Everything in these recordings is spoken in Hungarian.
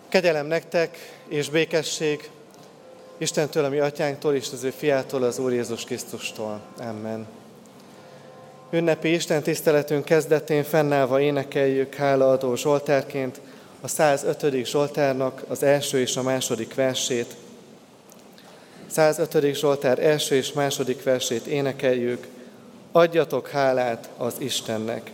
Kegyelem nektek és békesség Istentől, a mi atyánktól és az ő fiától, az Úr Jézus Krisztustól. Amen. Ünnepi Isten tiszteletünk kezdetén fennállva énekeljük hálaadó zsoltárként a 105. Zsoltárnak az első és a második versét. 105. Zsoltár első és második versét énekeljük. Adjatok hálát az Istennek!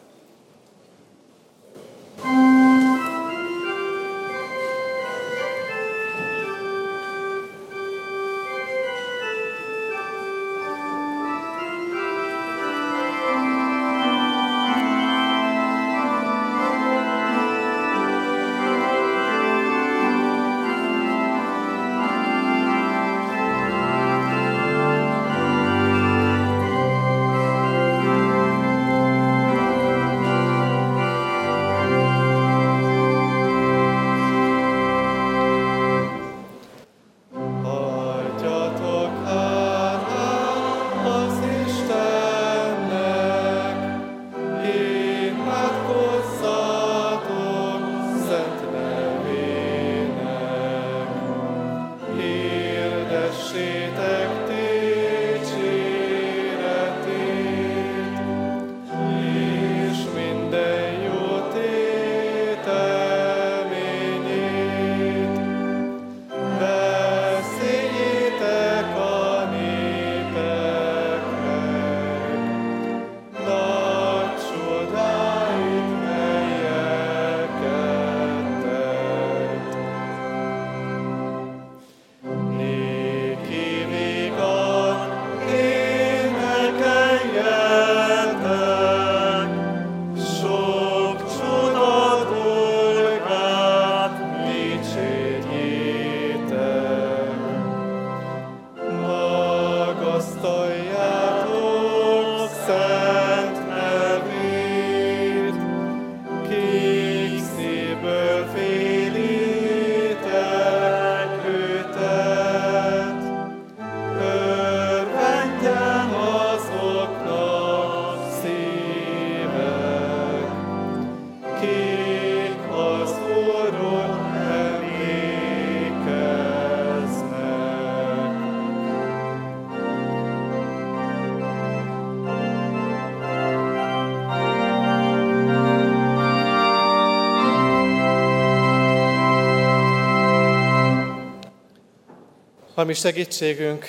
A mi segítségünk,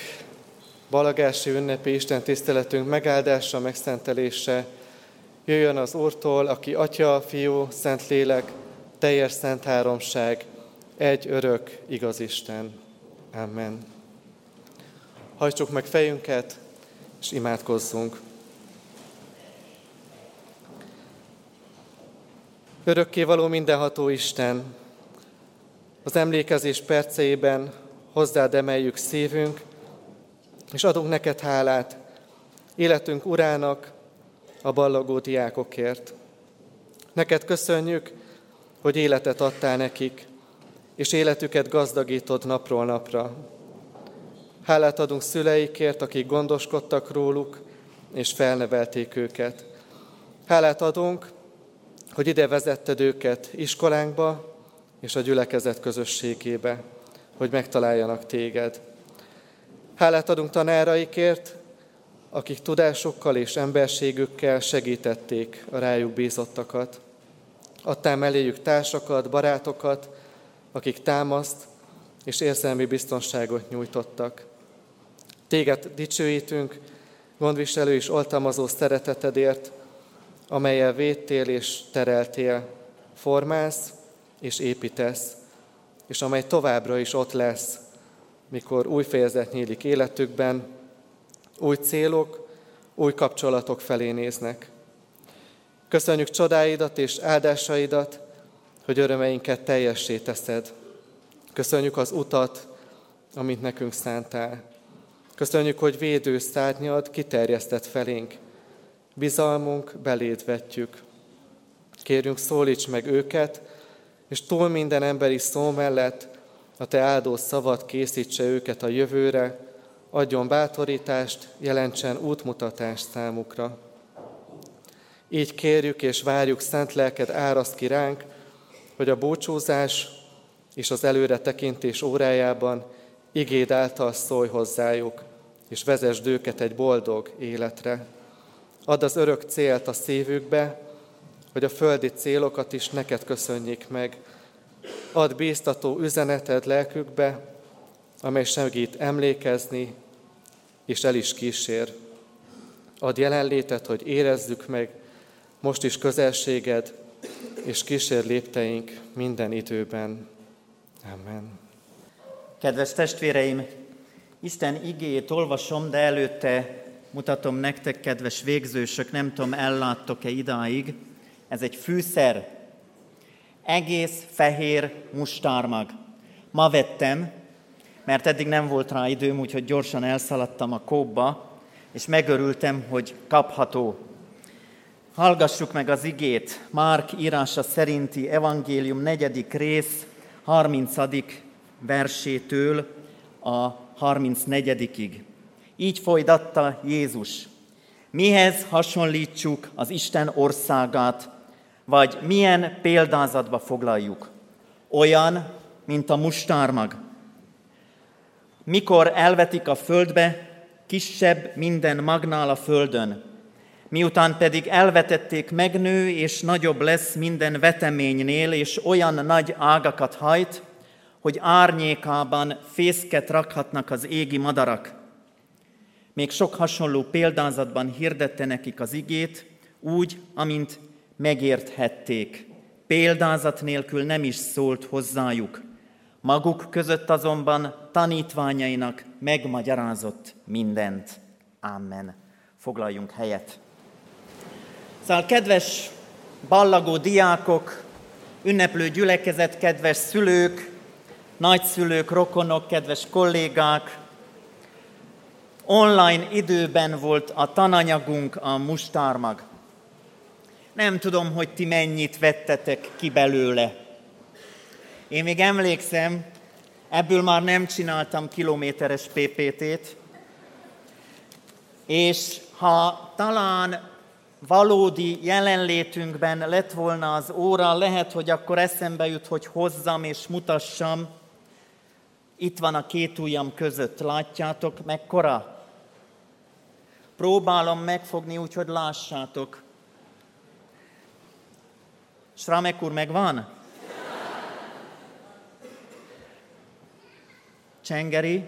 balagási ünnepi Isten tiszteletünk megáldása, megszentelése jöjjön az Úrtól, aki Atya, Fiú, Szentlélek, teljes szent háromság, egy örök, igaz Isten. Amen. Hajtsuk meg fejünket, és imádkozzunk. Örökkévaló mindenható Isten, az emlékezés perceiben hozzád emeljük szívünk, és adunk neked hálát életünk urának, a ballagó diákokért. Neked köszönjük, hogy életet adtál nekik, és életüket gazdagítod napról napra. Hálát adunk szüleikért, akik gondoskodtak róluk, és felnevelték őket. Hálát adunk, hogy ide vezetted őket iskolánkba, és a gyülekezet közösségébe, hogy megtaláljanak téged. Hálát adunk tanáraikért, akik tudásukkal és emberségükkel segítették a rájuk bízottakat. Adtál melléjük társakat, barátokat, akik támaszt és érzelmi biztonságot nyújtottak. Téged dicsőítünk, gondviselő és oltalmazó szeretetedért, amellyel védtél és tereltél, formálsz és építesz, és amely továbbra is ott lesz, mikor új fejezet nyílik életükben, új célok, új kapcsolatok felé néznek. Köszönjük csodáidat és áldásaidat, hogy örömeinket teljessé teszed. Köszönjük az utat, amit nekünk szántál. Köszönjük, hogy védő szárnyad kiterjesztett felénk. Bizalmunk beléd vetjük. Kérjünk, szólíts meg őket, és túl minden emberi szó mellett a te áldó szavad készítse őket a jövőre, adjon bátorítást, jelentsen útmutatást számukra. Így kérjük és várjuk szent lelked áraszt ki ránk, hogy a búcsúzás, és az előre tekintés órájában igéd által szólj hozzájuk, és vezesd őket egy boldog életre. Add az örök célt a szívükbe, hogy a földi célokat is neked köszönjék meg. Add bíztató üzeneted lelkükbe, amely segít emlékezni, és el is kísér. Add jelenlétet, hogy érezzük meg most is közelséged, és kísér lépteink minden időben. Amen. Kedves testvéreim, Isten igéjét olvasom, de előtte mutatom nektek, kedves végzősök, nem tudom, elláttok-e idáig. Ez egy fűszer, egész fehér mustármag. Ma vettem, mert eddig nem volt rá időm, úgyhogy gyorsan elszaladtam a Coopba, és megörültem, hogy kapható. Hallgassuk meg az igét, Márk írása szerinti evangélium 4. rész 30. versétől a 34-ig. Így folytatta Jézus. Mihez hasonlítsuk az Isten országát, vagy milyen példázatba foglaljuk? Olyan, mint a mustármag. Mikor elvetik a földbe, kisebb minden magnál a földön. Miután pedig elvetették, megnő, és nagyobb lesz minden veteménynél, és olyan nagy ágakat hajt, hogy árnyékában fészket rakhatnak az égi madarak. Még sok hasonló példázatban hirdette nekik az igét, úgy, amint megérthették. Példázat nélkül nem is szólt hozzájuk. Maguk között azonban tanítványainak megmagyarázott mindent. Amen. Foglaljunk helyet. Szóval kedves ballagó diákok, ünneplő gyülekezet, kedves szülők, nagyszülők, rokonok, kedves kollégák, online időben volt a tananyagunk, a mustármag. Nem tudom, hogy ti mennyit vettetek ki belőle. Én még emlékszem, ebből már nem csináltam kilométeres PPT-t, és ha talán valódi jelenlétünkben lett volna az óra, lehet, hogy akkor eszembe jut, hogy hozzam és mutassam. Itt van a két ujjam között, látjátok, mekkora? Próbálom megfogni úgy, hogy lássátok. Sramek úr, megvan? Csengeri?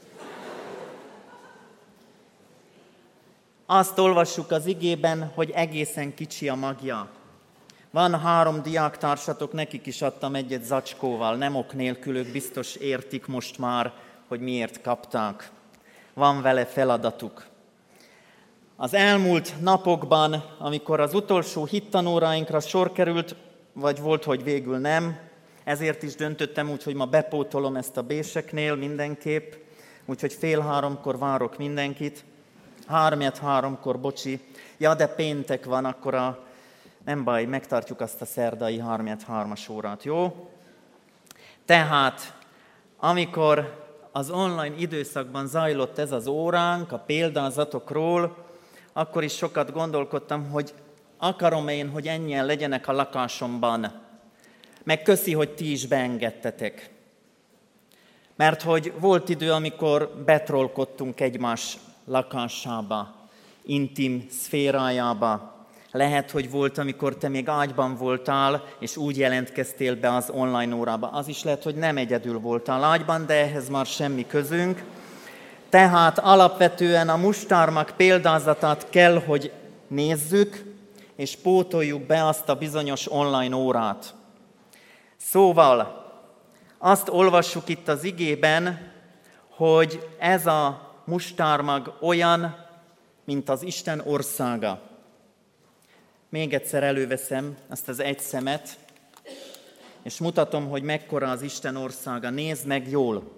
Azt olvassuk az igében, hogy egészen kicsi a magja. Van 3 diáktársatok, nekik is adtam egyet zacskóval, nem ok nélkül, ők biztos értik most már, hogy miért kapták. Van vele feladatuk. Az elmúlt napokban, amikor az utolsó hittanóráinkra sor került, vagy volt, hogy végül nem, ezért is döntöttem úgy, hogy ma bepótolom ezt a béseknél mindenképp, úgyhogy 2:30 várok mindenkit. 3:03, bocsi. Ja, de péntek van, akkor nem baj, megtartjuk azt a szerdai 3:03 órát, jó? Tehát, amikor az online időszakban zajlott ez az óránk, a példázatokról, akkor is sokat gondolkodtam, hogy akarom én, hogy ennyien legyenek a lakásomban. Meg köszi, hogy ti is beengedtetek. Mert hogy volt idő, amikor betrollkodtunk egymás lakásába, intim szférájába. Lehet, hogy volt, amikor te még ágyban voltál, és úgy jelentkeztél be az online órába. Az is lehet, hogy nem egyedül voltál ágyban, de ehhez már semmi közünk. Tehát alapvetően a mustármag példázatát kell, hogy nézzük, és pótoljuk be azt a bizonyos online órát. Szóval azt olvassuk itt az igében, hogy ez a mustármag olyan, mint az Isten országa. Még egyszer előveszem ezt az egy szemet, és mutatom, hogy mekkora az Isten országa. Nézd meg jól!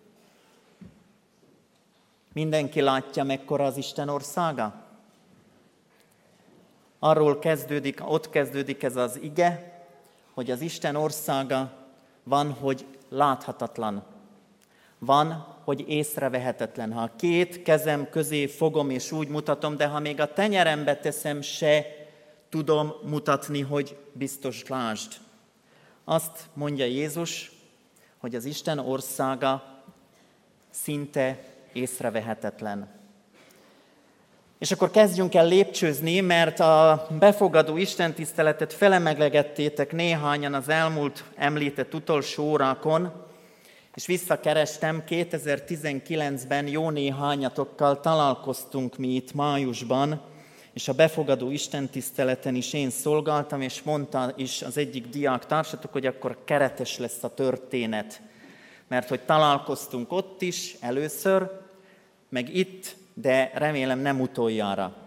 Mindenki látja, mekkora az Isten országa? Ott kezdődik ez az ige, hogy az Isten országa van, hogy láthatatlan. Van, hogy észrevehetetlen. Ha a 2 kezem közé fogom és úgy mutatom, de ha még a tenyerembe teszem, se tudom mutatni, hogy biztos lásd. Azt mondja Jézus, hogy az Isten országa szinte észrevehetetlen. És akkor kezdjünk el lépcsőzni, mert a befogadó istentiszteletet felemlegettétek néhányan az elmúlt említett utolsó órákon, és visszakerestem, 2019-ben jó néhányatokkal találkoztunk mi itt májusban, és a befogadó istentiszteleten is én szolgáltam, és mondta is az egyik diák társatok, hogy akkor keretes lesz a történet. Mert hogy találkoztunk ott is először, meg itt, de remélem nem utoljára.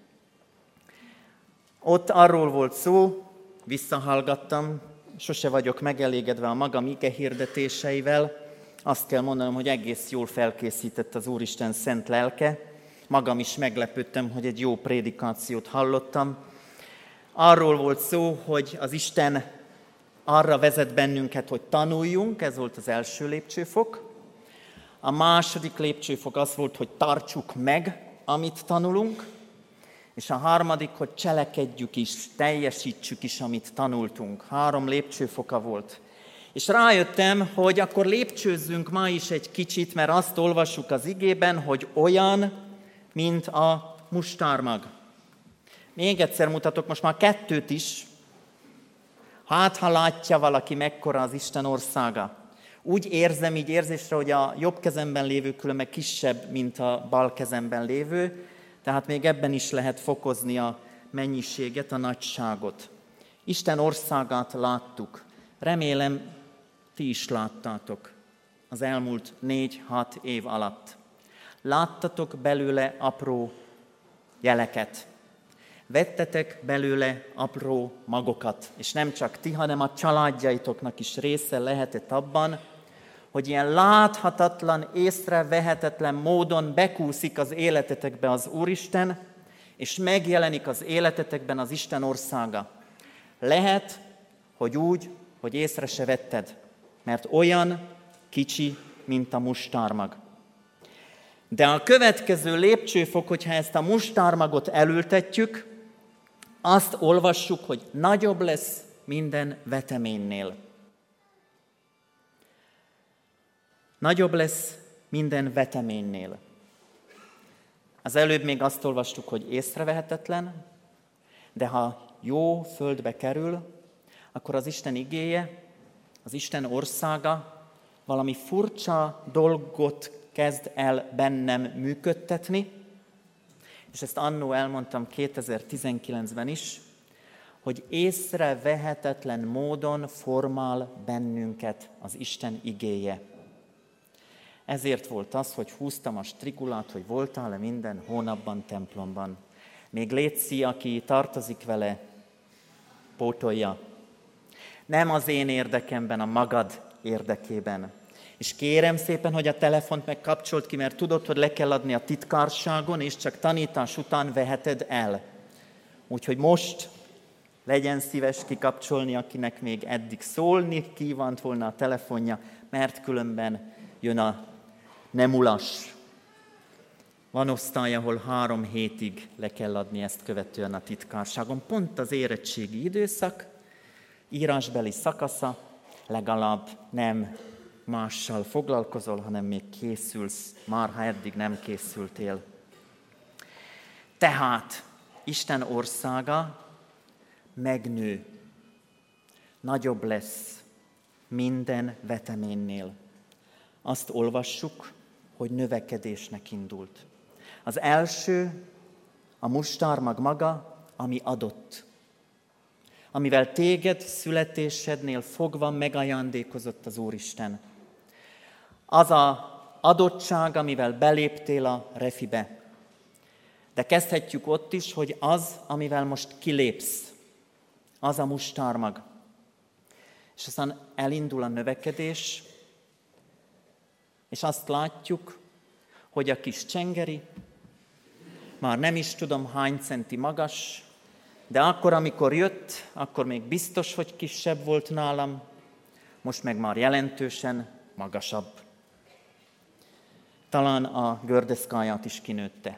Ott arról volt szó, visszahallgattam, sose vagyok megelégedve a magam ige hirdetéseivel, azt kell mondanom, hogy egész jól felkészített az Úristen szent lelke. Magam is meglepődtem, hogy egy jó prédikációt hallottam. Arról volt szó, hogy az Isten arra vezet bennünket, hogy tanuljunk, ez volt az első lépcsőfok. A második lépcsőfok az volt, hogy tartsuk meg, amit tanulunk. És a harmadik, hogy cselekedjük is, teljesítsük is, amit tanultunk. 3 lépcsőfoka volt. És rájöttem, hogy akkor lépcsőzzünk ma is egy kicsit, mert azt olvassuk az igében, hogy olyan, mint a mustármag. Még egyszer mutatok most már 2 is. Hát, ha látja valaki, mekkora az Isten országa. Úgy érzem, így érzésre, hogy a jobb kezemben lévő különben kisebb, mint a bal kezemben lévő, tehát még ebben is lehet fokozni a mennyiséget, a nagyságot. Isten országát láttuk. Remélem, ti is láttátok az elmúlt 4-6 év alatt. Láttatok belőle apró jeleket. Vettetek belőle apró magokat. És nem csak ti, hanem a családjaitoknak is része lehetett abban, hogy ilyen láthatatlan, észrevehetetlen módon bekúszik az életetekbe az Úristen, és megjelenik az életetekben az Isten országa. Lehet, hogy úgy, hogy észre se vetted, mert olyan kicsi, mint a mustármag. De a következő lépcsőfok, hogyha ezt a mustármagot elültetjük, azt olvassuk, hogy nagyobb lesz minden veteménynél. Nagyobb lesz minden veteménynél. Az előbb még azt olvastuk, hogy észrevehetetlen, de ha jó földbe kerül, akkor az Isten igéje, az Isten országa valami furcsa dolgot kezd el bennem működtetni, és ezt annó elmondtam 2019-ben is, hogy észrevehetetlen módon formál bennünket az Isten igéje. Ezért volt az, hogy húztam a strigulát, hogy voltál-e minden hónapban templomban. Még létszi, aki tartozik vele, pótolja. Nem az én érdekemben, a magad érdekében. És kérem szépen, hogy a telefont megkapcsolt ki, mert tudod, hogy le kell adni a titkárságon, és csak tanítás után veheted el. Úgyhogy most legyen szíves kikapcsolni, akinek még eddig szólni kívánt volna a telefonja, mert különben jön a nemulas. Van osztály, ahol 3 hétig le kell adni ezt követően a titkárságon. Pont az érettségi időszak, írásbeli szakasza, legalább nem mással foglalkozol, hanem még készülsz, már ha eddig nem készültél. Tehát Isten országa megnő, nagyobb lesz minden veteménynél. Azt olvassuk, hogy növekedésnek indult. Az első, a mustármag maga, ami adott. Amivel téged születésednél fogva megajándékozott az Úristen. Az az adottság, amivel beléptél a refibe. De kezdhetjük ott is, hogy az, amivel most kilépsz, az a mustármag. És aztán elindul a növekedés, és azt látjuk, hogy a kis csengeri már nem is tudom hány centi magas, de akkor, amikor jött, akkor még biztos, hogy kisebb volt nálam, most meg már jelentősen magasabb. Talán a gördeszkáját is kinőtte.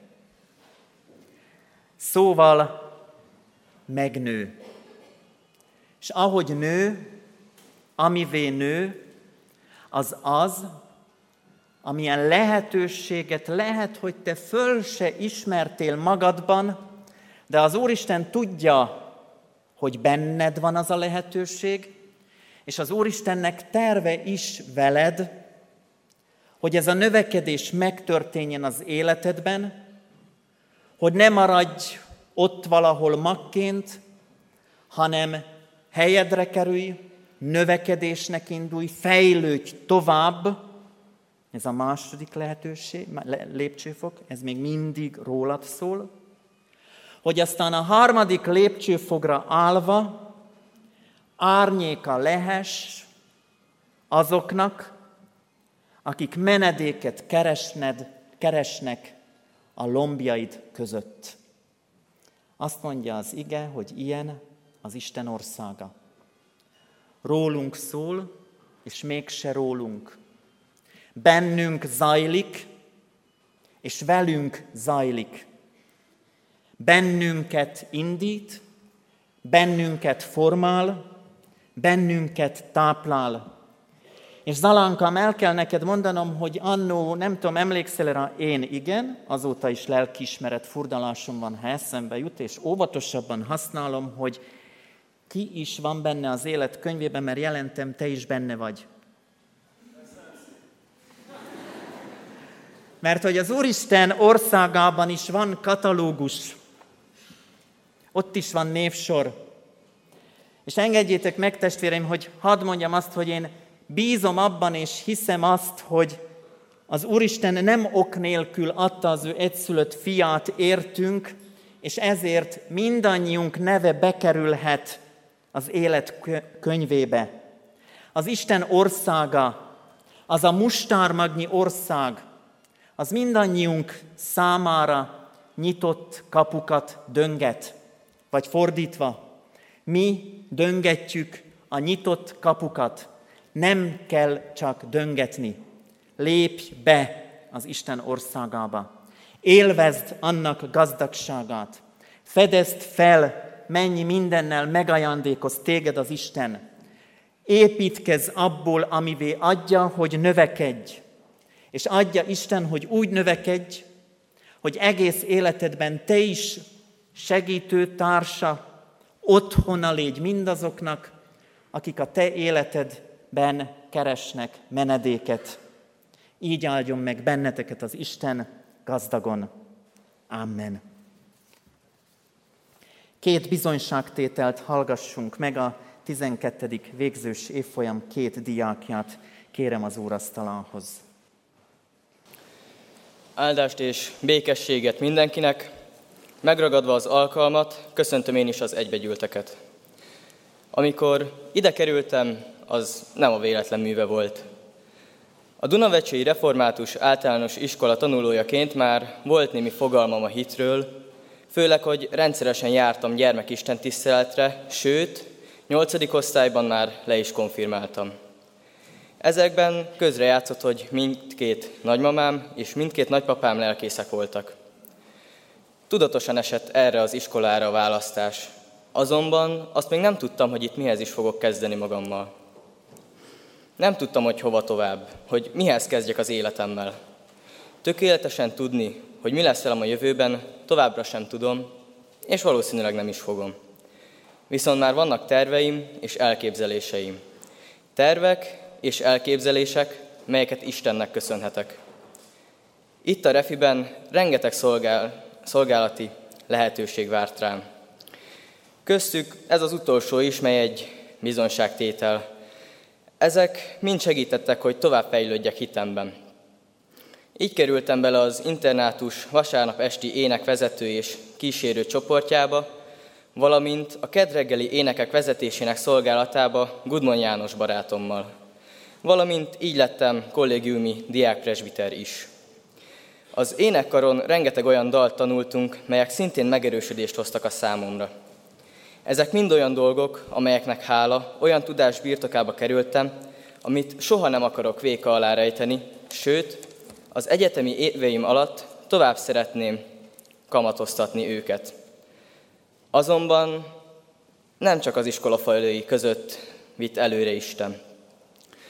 Szóval megnő. És ahogy nő, amivé nő, az, amilyen lehetőséget lehet, hogy te föl se ismertél magadban, de az Úristen tudja, hogy benned van az a lehetőség, és az Úristennek terve is veled, hogy ez a növekedés megtörténjen az életedben, hogy ne maradj ott valahol magként, hanem helyedre kerülj, növekedésnek indulj, fejlődj tovább. Ez a második lépcsőfok, ez még mindig rólad szól. Hogy aztán a harmadik lépcsőfokra állva árnyéka lehess azoknak, akik menedéket keresnek a lombjaid között. Azt mondja az ige, hogy ilyen az Isten országa. Rólunk szól, és mégse rólunk. Bennünk zajlik, és velünk zajlik. Bennünket indít, bennünket formál, bennünket táplál. És Zalankám, el kell neked mondanom, hogy annó, nem tudom, emlékszel rá, én igen, azóta is lelkiismeret furdalásom van, ha eszembe jut, és óvatosabban használom, hogy ki is van benne az élet könyvében, mert jelentem, te is benne vagy. Mert hogy az Úristen országában is van katalógus, ott is van névsor. És engedjétek meg, testvéreim, hogy hadd mondjam azt, hogy én bízom abban és hiszem azt, hogy az Úristen nem ok nélkül adta az ő egyszülött fiát értünk, és ezért mindannyiunk neve bekerülhet az élet könyvébe. Az Isten országa, az a mustármagnyi ország, az mindannyiunk számára nyitott kapukat dönget, vagy fordítva, mi döngetjük a nyitott kapukat. Nem kell csak döngetni. Lépj be az Isten országába. Élvezd annak gazdagságát. Fedezd fel, mennyi mindennel megajándékoz téged az Isten. Építkezz abból, amivé adja, hogy növekedj. És adja Isten, hogy úgy növekedj, hogy egész életedben te is segítő társa, otthona légy mindazoknak, akik a te életedben keresnek menedéket. Így áldjon meg benneteket az Isten gazdagon. Amen. 2 bizonyságtételt hallgassunk meg, a 12. végzős évfolyam 2 diákját kérem az úrasztalához. Áldást és békességet mindenkinek, megragadva az alkalmat, köszöntöm én is az egybegyűlteket. Amikor ide kerültem, az nem a véletlen műve volt. A Dunavecsei Református Általános Iskola tanulójaként már volt némi fogalmam a hitről, főleg, hogy rendszeresen jártam gyermekistentiszteletre, sőt, 8. osztályban már le is konfirmáltam. Ezekben közrejátszott, hogy mindkét nagymamám és mindkét nagypapám lelkészek voltak. Tudatosan esett erre az iskolára a választás. Azonban azt még nem tudtam, hogy itt mihez is fogok kezdeni magammal. Nem tudtam, hogy hova tovább, hogy mihez kezdjek az életemmel. Tökéletesen tudni, hogy mi lesz velem a jövőben, továbbra sem tudom, és valószínűleg nem is fogom. Viszont már vannak terveim és elképzeléseim. Tervek és elképzelések, melyeket Istennek köszönhetek. Itt a Refiben rengeteg szolgálati lehetőség várt rám. Köztük ez az utolsó is, mely egy bizonyságtétel. Ezek mind segítettek, hogy tovább fejlődjek hitemben. Így kerültem bele az internátus vasárnap esti énekvezető és kísérő csoportjába, valamint a kedreggeli énekek vezetésének szolgálatába Gudmon János barátommal. Valamint így lettem kollégiumi diákpresbiter is. Az énekkaron rengeteg olyan dalt tanultunk, melyek szintén megerősödést hoztak a számomra. Ezek mind olyan dolgok, amelyeknek hála, olyan tudás birtokába kerültem, amit soha nem akarok véka alá rejteni, sőt, az egyetemi éveim alatt tovább szeretném kamatoztatni őket. Azonban nem csak az iskolafalai között vitt előre Isten.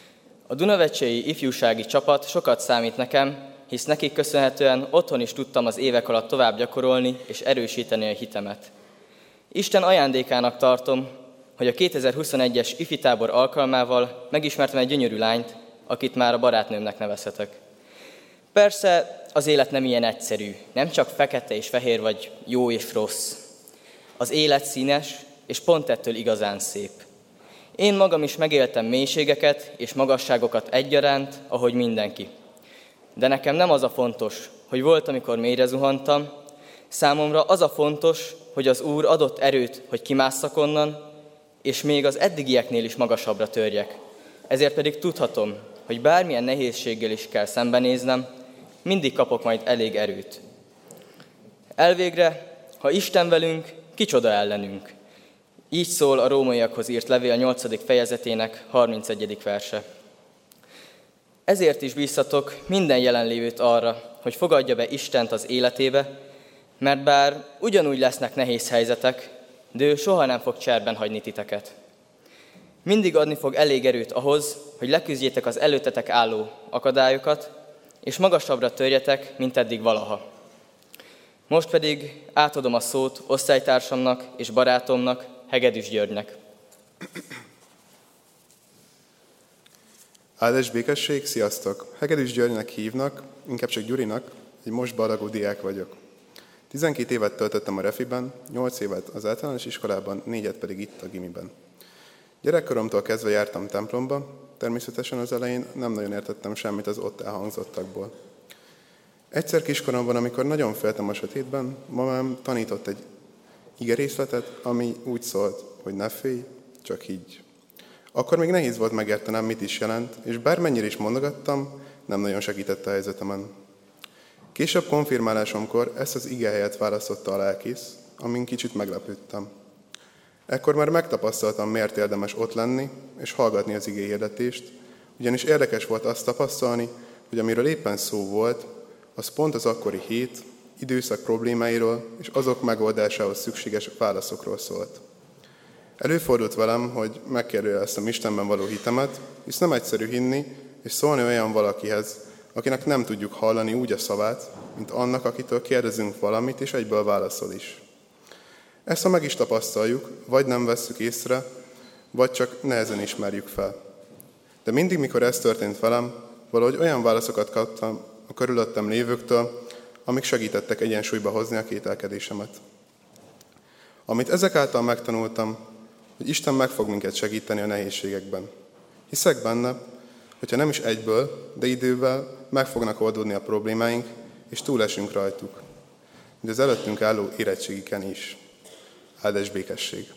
A Dunavecsei ifjúsági csapat sokat számít nekem, hisz nekik köszönhetően otthon is tudtam az évek alatt tovább gyakorolni és erősíteni a hitemet. Isten ajándékának tartom, hogy a 2021-es ifitábor alkalmával megismertem egy gyönyörű lányt, akit már a barátnőmnek nevezhetek. Persze az élet nem ilyen egyszerű, nem csak fekete és fehér vagy jó és rossz. Az élet színes, és pont ettől igazán szép. Én magam is megéltem mélységeket és magasságokat egyaránt, ahogy mindenki. De nekem nem az a fontos, hogy volt, amikor mélyre zuhantam, számomra az a fontos, hogy az Úr adott erőt, hogy kimásszak onnan, és még az eddigieknél is magasabbra törjek. Ezért pedig tudhatom, hogy bármilyen nehézséggel is kell szembenéznem, mindig kapok majd elég erőt. Elvégre, ha Isten velünk, kicsoda ellenünk. Így szól a Rómaiakhoz írt levél 8. fejezetének 31. verse. Ezért is bíztatok minden jelenlévőt arra, hogy fogadja be Istent az életébe, mert bár ugyanúgy lesznek nehéz helyzetek, de ő soha nem fog cserben hagyni titeket. Mindig adni fog elég erőt ahhoz, hogy leküzdjétek az előttetek álló akadályokat, és magasabbra törjetek, mint eddig valaha. Most pedig átadom a szót osztálytársamnak és barátomnak, Hegedűs Györgynek. Áldás békesség, sziasztok! Hegedűs Györgynek hívnak, inkább csak Gyurinak, egy most ballagó diák vagyok. 12 évet töltöttem a refiben, 8 évet az általános iskolában, 4 pedig itt a gimiben. Gyerekkoromtól kezdve jártam templomba, természetesen az elején nem nagyon értettem semmit az ott elhangzottakból. Egyszer kiskoromban, amikor nagyon féltem a sötétben, mamám tanított egy igerészletet, ami úgy szólt, hogy ne félj, csak higgy. Akkor még nehéz volt megértenem, mit is jelent, és bármennyire is mondogattam, nem nagyon segített a helyzetemen. Később konfirmálásomkor ezt az igehelyet választotta a lelkész, amin kicsit meglepődtem. Ekkor már megtapasztaltam, miért érdemes ott lenni és hallgatni az igéhirdetést, ugyanis érdekes volt azt tapasztalni, hogy amiről éppen szó volt, az pont az akkori hét, időszak problémáiról és azok megoldásához szükséges válaszokról szólt. Előfordult velem, hogy megkérdőjeleztem Istenben való hitemet, hisz nem egyszerű hinni és szólni olyan valakihez, akinek nem tudjuk hallani úgy a szavát, mint annak, akitől kérdezünk valamit, és egyből válaszol is. Ezt ha meg is tapasztaljuk, vagy nem vesszük észre, vagy csak nehezen ismerjük fel. De mindig, mikor ez történt velem, valahogy olyan válaszokat kaptam a körülöttem lévőktől, amik segítettek egyensúlyba hozni a kételkedésemet. Amit ezek által megtanultam, hogy Isten meg fog minket segíteni a nehézségekben. Hiszek benne, hogyha nem is egyből, de idővel meg fognak oldódni a problémáink, és túlesünk rajtuk. De az előttünk álló érettségiken is. Áldás békesség!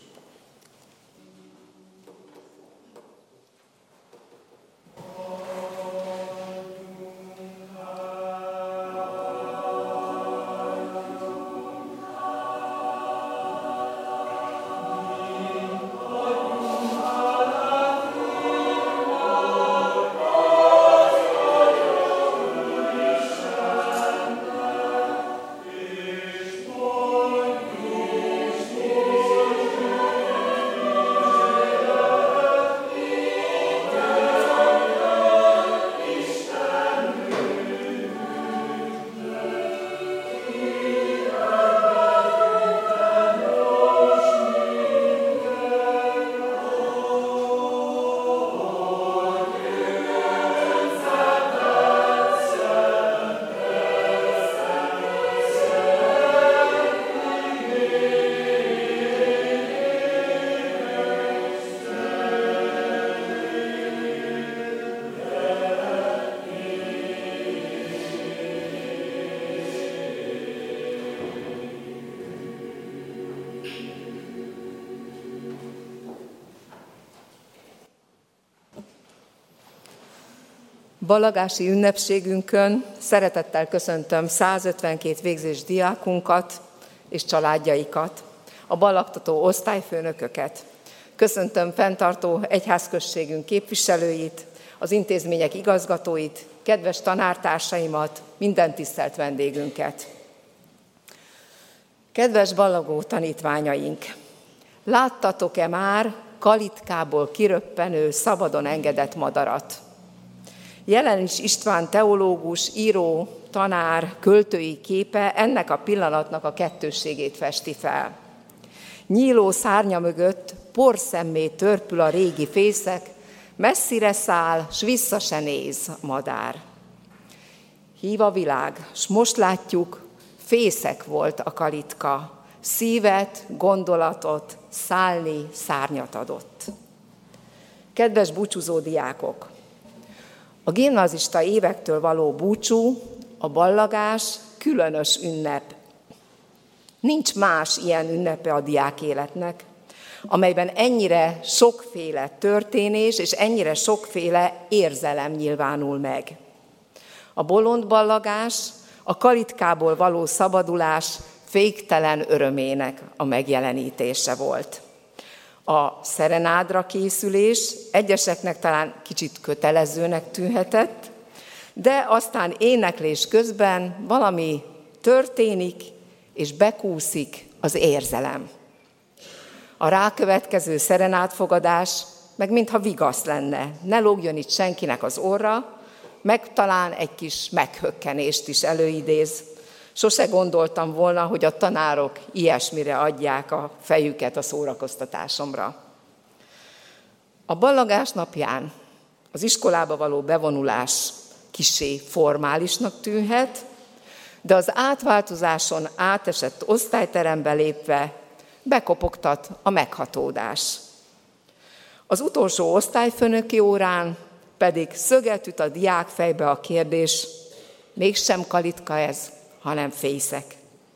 Ballagási ünnepségünkön szeretettel köszöntöm 152 végzős diákunkat és családjaikat, a ballagtató osztályfőnököket. Köszöntöm fenntartó egyházközségünk képviselőit, az intézmények igazgatóit, kedves tanártársaimat, minden tisztelt vendégünket. Kedves ballagó tanítványaink! Láttatok-e már kalitkából kiröppenő, szabadon engedett madarat? Jelenis István teológus, író, tanár, költői képe ennek a pillanatnak a kettősségét festi fel. Nyíló szárnya mögött porszemmé törpül a régi fészek, messzire száll, s vissza se néz a madár. Hív a világ, s most látjuk, fészek volt a kalitka, szívet, gondolatot, szállni, szárnyat adott. Kedves búcsúzó diákok! A gimnazista évektől való búcsú, a ballagás különös ünnep. Nincs más ilyen ünnepe a diák életnek, amelyben ennyire sokféle történés és ennyire sokféle érzelem nyilvánul meg. A bolond ballagás, a kalitkából való szabadulás féktelen örömének a megjelenítése volt. A szerenádra készülés egyeseknek talán kicsit kötelezőnek tűnhetett, de aztán éneklés közben valami történik, és bekúszik az érzelem. A rákövetkező szerenádfogadás meg mintha vigasz lenne, ne lógjon itt senkinek az orra, meg talán egy kis meghökkenést is előidéz. Sose gondoltam volna, hogy a tanárok ilyesmire adják a fejüket a szórakoztatásomra. A ballagás napján az iskolába való bevonulás kissé formálisnak tűnhet, de az átváltozáson átesett osztályterembe lépve bekopogtat a meghatódás. Az utolsó osztályfőnöki órán pedig szöget üt a diák fejbe a kérdés, mégsem kalitka ez, hanem fészek.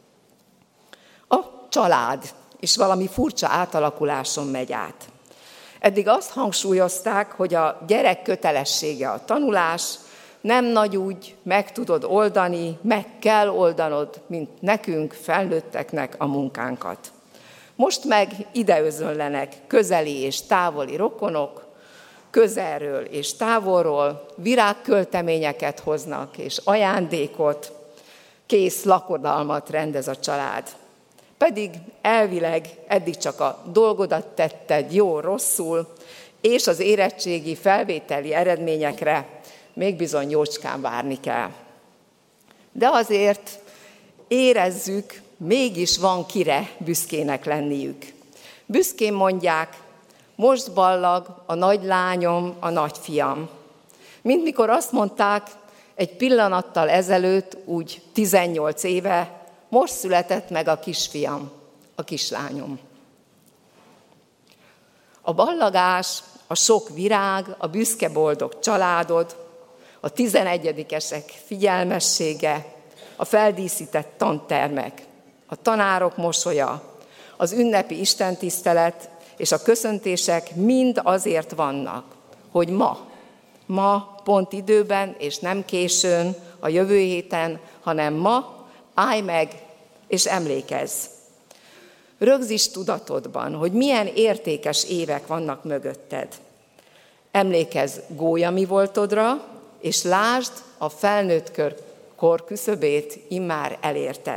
A család is valami furcsa átalakuláson megy át. Eddig azt hangsúlyozták, hogy a gyerek kötelessége a tanulás, nem nagy úgy meg tudod oldani, meg kell oldanod, mint nekünk, felnőtteknek a munkánkat. Most meg ideözönlenek közeli és távoli rokonok, közelről és távolról, virágkölteményeket hoznak és ajándékot, kész lakodalmat rendez a család. Pedig elvileg eddig csak a dolgodat tetted jó-rosszul, és az érettségi felvételi eredményekre még bizony jócskán várni kell. De azért érezzük, mégis van kire büszkének lenniük. Büszkén mondják, most ballag a nagy lányom, a nagyfiam. Mint mikor azt mondták egy pillanattal ezelőtt, úgy 18 éve, most született meg a kisfiam, a kislányom. A ballagás, a sok virág, a büszke boldog családod, a 11-esek figyelmessége, a feldíszített tantermek, a tanárok mosolya, az ünnepi istentisztelet és a köszöntések mind azért vannak, hogy ma pont időben és nem későn, a jövő héten, hanem ma állj meg és emlékezz. Rögzíts tudatodban, hogy milyen értékes évek vannak mögötted. Emlékezz gólya mi voltodra, és lásd, a felnőtt kor küszöbét immár elérted.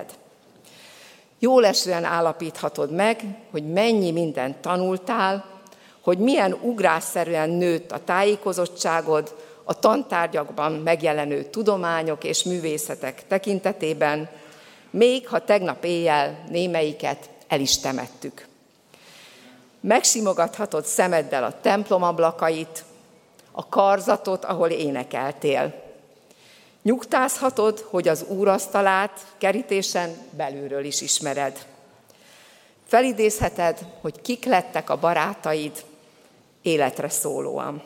Jól esően állapíthatod meg, hogy mennyi mindent tanultál, hogy milyen ugrásszerűen nőtt a tájékozottságod a tantárgyakban megjelenő tudományok és művészetek tekintetében, még ha tegnap éjjel némelyiket el is temettük. Megsimogathatod szemeddel a templom ablakait, a karzatot, ahol énekeltél. Nyugtázhatod, hogy az úrasztalát kerítésen belülről is ismered. Felidézheted, hogy kik lettek a barátaid életre szólóan.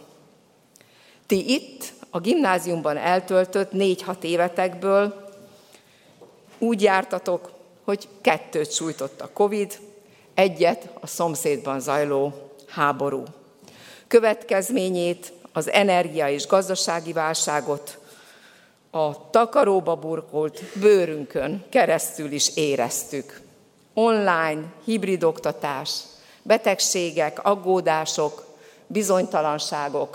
Ti itt, a gimnáziumban eltöltött 4-6 évetekből úgy jártatok, hogy 2 sújtott a Covid, 1 a szomszédban zajló háború. Következményét, az energia- és gazdasági válságot a takaróba burkolt bőrünkön keresztül is éreztük. Online, hibrid oktatás, betegségek, aggódások, bizonytalanságok,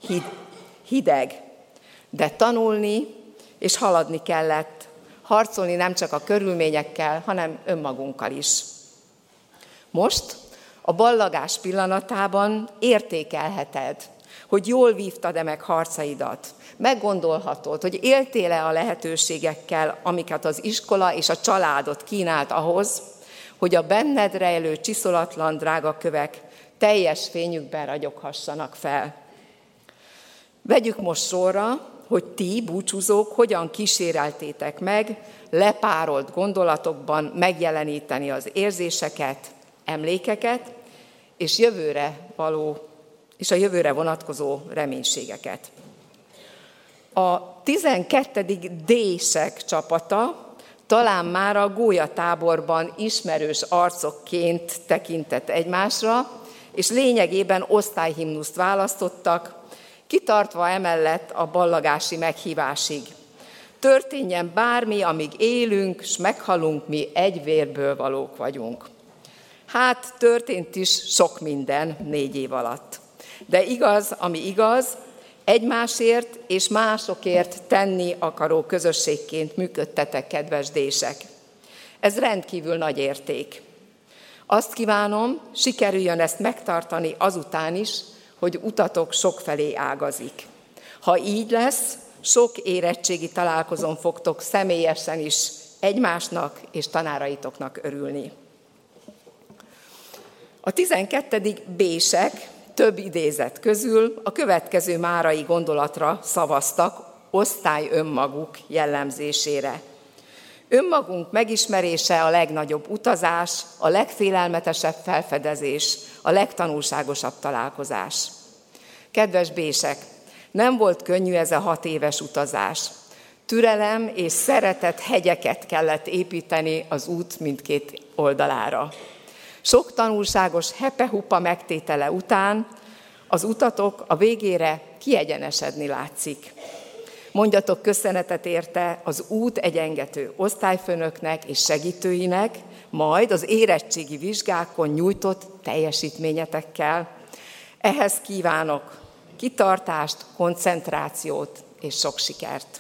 hideg. De tanulni és haladni kellett, harcolni nem csak a körülményekkel, hanem önmagunkkal is. Most a ballagás pillanatában értékelheted, hogy jól vívtad-e meg harcaidat. Meggondolhatod, hogy éltél-e a lehetőségekkel, amiket az iskola és a családod kínált ahhoz, hogy a benned rejlő csiszolatlan drága kövek teljes fényükben ragyoghassanak fel. Vegyük most sorra, hogy ti, búcsúzók, hogyan kíséreltétek meg lepárolt gondolatokban megjeleníteni az érzéseket, emlékeket, és a jövőre vonatkozó reménységeket. A 12. D-sek csapata talán már a gólyatáborban ismerős arcokként tekintett egymásra, és lényegében osztályhimnuszt választottak, kitartva emellett a ballagási meghívásig. Történjen bármi, amíg élünk, s meghalunk, mi egy vérből valók vagyunk. Hát történt is sok minden 4 év alatt. De igaz, ami igaz, egymásért és másokért tenni akaró közösségként működtetek, kedves dések. Ez rendkívül nagy érték. Azt kívánom, sikerüljön ezt megtartani azután is, hogy utatok sokfelé ágazik. Ha így lesz, sok érettségi találkozón fogtok személyesen is egymásnak és tanáraitoknak örülni. A 12. B-sek több idézet közül a következő márai gondolatra szavaztak osztály önmaguk jellemzésére. Önmagunk megismerése a legnagyobb utazás, a legfélelmetesebb felfedezés, a legtanulságosabb találkozás. Kedves B-sek, nem volt könnyű ez a 6 éves utazás. Türelem és szeretet hegyeket kellett építeni az út mindkét oldalára. Sok tanulságos hepe-hupa megtétele után az utatok a végére kiegyenesedni látszik. Mondjatok köszönetet érte az út egyengető osztályfőnöknek és segítőinek, majd az érettségi vizsgákon nyújtott teljesítményetekkel. Ehhez kívánok kitartást, koncentrációt és sok sikert.